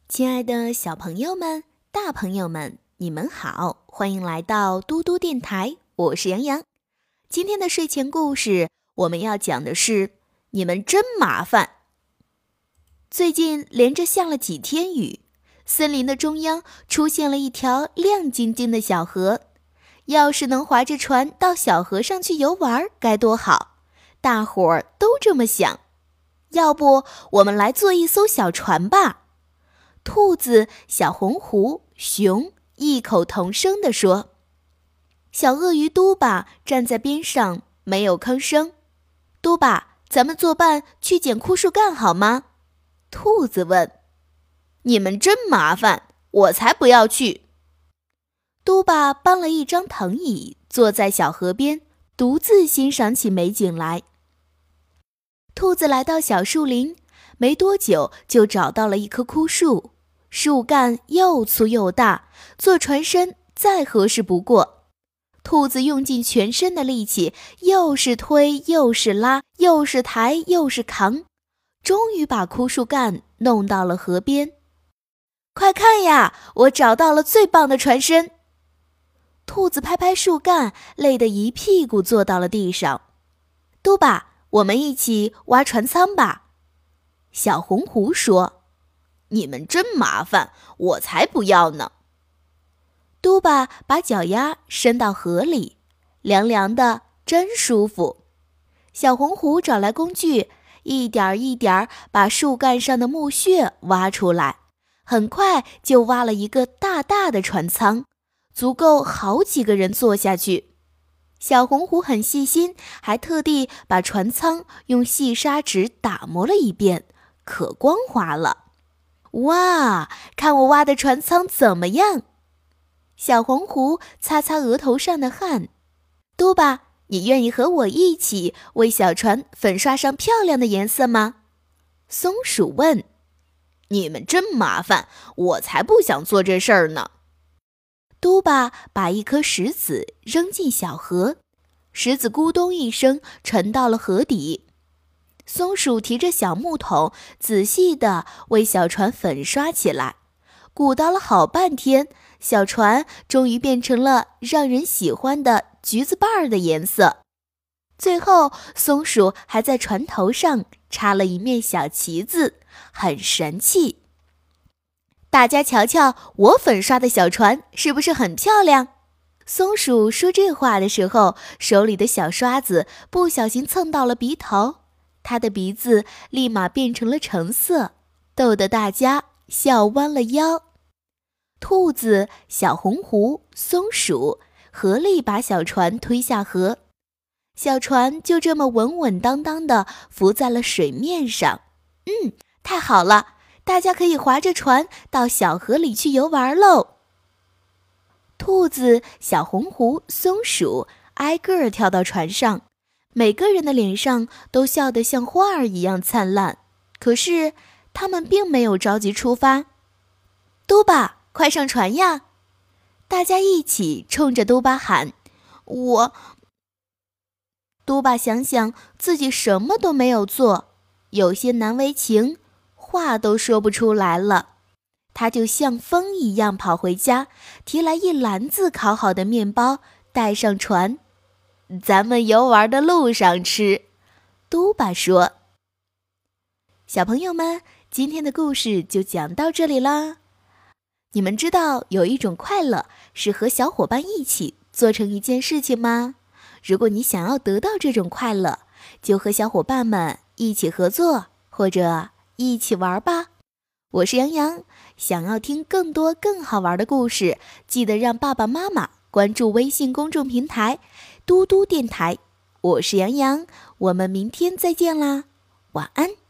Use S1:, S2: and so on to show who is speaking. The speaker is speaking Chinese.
S1: 亲爱的小朋友们、大朋友们，你们好，欢迎来到嘟嘟电台，我是洋洋。今天的睡前故事，我们要讲的是你们真麻烦。最近连着下了几天雨，森林的中央出现了一条亮晶晶的小河。要是能划着船到小河上去游玩，该多好！大伙儿都这么想。要不我们来做一艘小船吧？兔子、小红狐、熊异口同声地说。小鳄鱼嘟巴站在边上没有吭声。嘟巴，咱们作伴去捡枯树干好吗？兔子问。你们真麻烦，我才不要去。嘟巴搬了一张藤椅，坐在小河边，独自欣赏起美景来。兔子来到小树林，没多久就找到了一棵枯树，树干又粗又大，做船身再合适不过。兔子用尽全身的力气，又是推又是拉，又是抬又是扛，终于把枯树干弄到了河边。快看呀，我找到了最棒的船身！兔子拍拍树干，累得一屁股坐到了地上。嘟巴，我们一起挖船舱吧。小红狐说。你们真麻烦，我才不要呢。嘟巴把脚丫伸到河里，凉凉的，真舒服。小红狐找来工具，一点一点把树干上的木屑挖出来，很快就挖了一个大大的船舱，足够好几个人坐下去。小红狐很细心，还特地把船舱用细砂纸打磨了一遍，可光滑了。哇，看我挖的船舱怎么样？小红狐擦擦额头上的汗。嘟巴，你愿意和我一起为小船粉刷上漂亮的颜色吗？松鼠问。你们真麻烦，我才不想做这事儿呢。嘟巴把一颗石子扔进小河，石子咕咚一声沉到了河底。松鼠提着小木桶，仔细地为小船粉刷起来，鼓捣了好半天，小船终于变成了让人喜欢的橘子瓣儿的颜色。最后，松鼠还在船头上插了一面小旗子，很神气。大家瞧瞧，我粉刷的小船是不是很漂亮？松鼠说这话的时候，手里的小刷子不小心蹭到了鼻头，它的鼻子立马变成了橙色，逗得大家笑弯了腰。兔子、小红狐、松鼠合力把小船推下河，小船就这么稳稳当当地浮在了水面上。太好了，大家可以划着船到小河里去游玩喽。兔子、小红狐、松鼠挨个儿跳到船上，每个人的脸上都笑得像花儿一样灿烂，可是他们并没有着急出发。嘟巴，快上船呀！大家一起冲着嘟巴喊。嘟巴想想自己什么都没有做，有些难为情，话都说不出来了。他就像风一样跑回家，提来一篮子烤好的面包，带上船。咱们游玩的路上吃，嘟巴说。小朋友们，今天的故事就讲到这里啦。你们知道有一种快乐是和小伙伴一起做成一件事情吗？如果你想要得到这种快乐，就和小伙伴们一起合作，或者一起玩吧。我是洋洋，想要听更多更好玩的故事，记得让爸爸妈妈关注微信公众平台嘟嘟电台。我是洋洋，我们明天再见啦，晚安。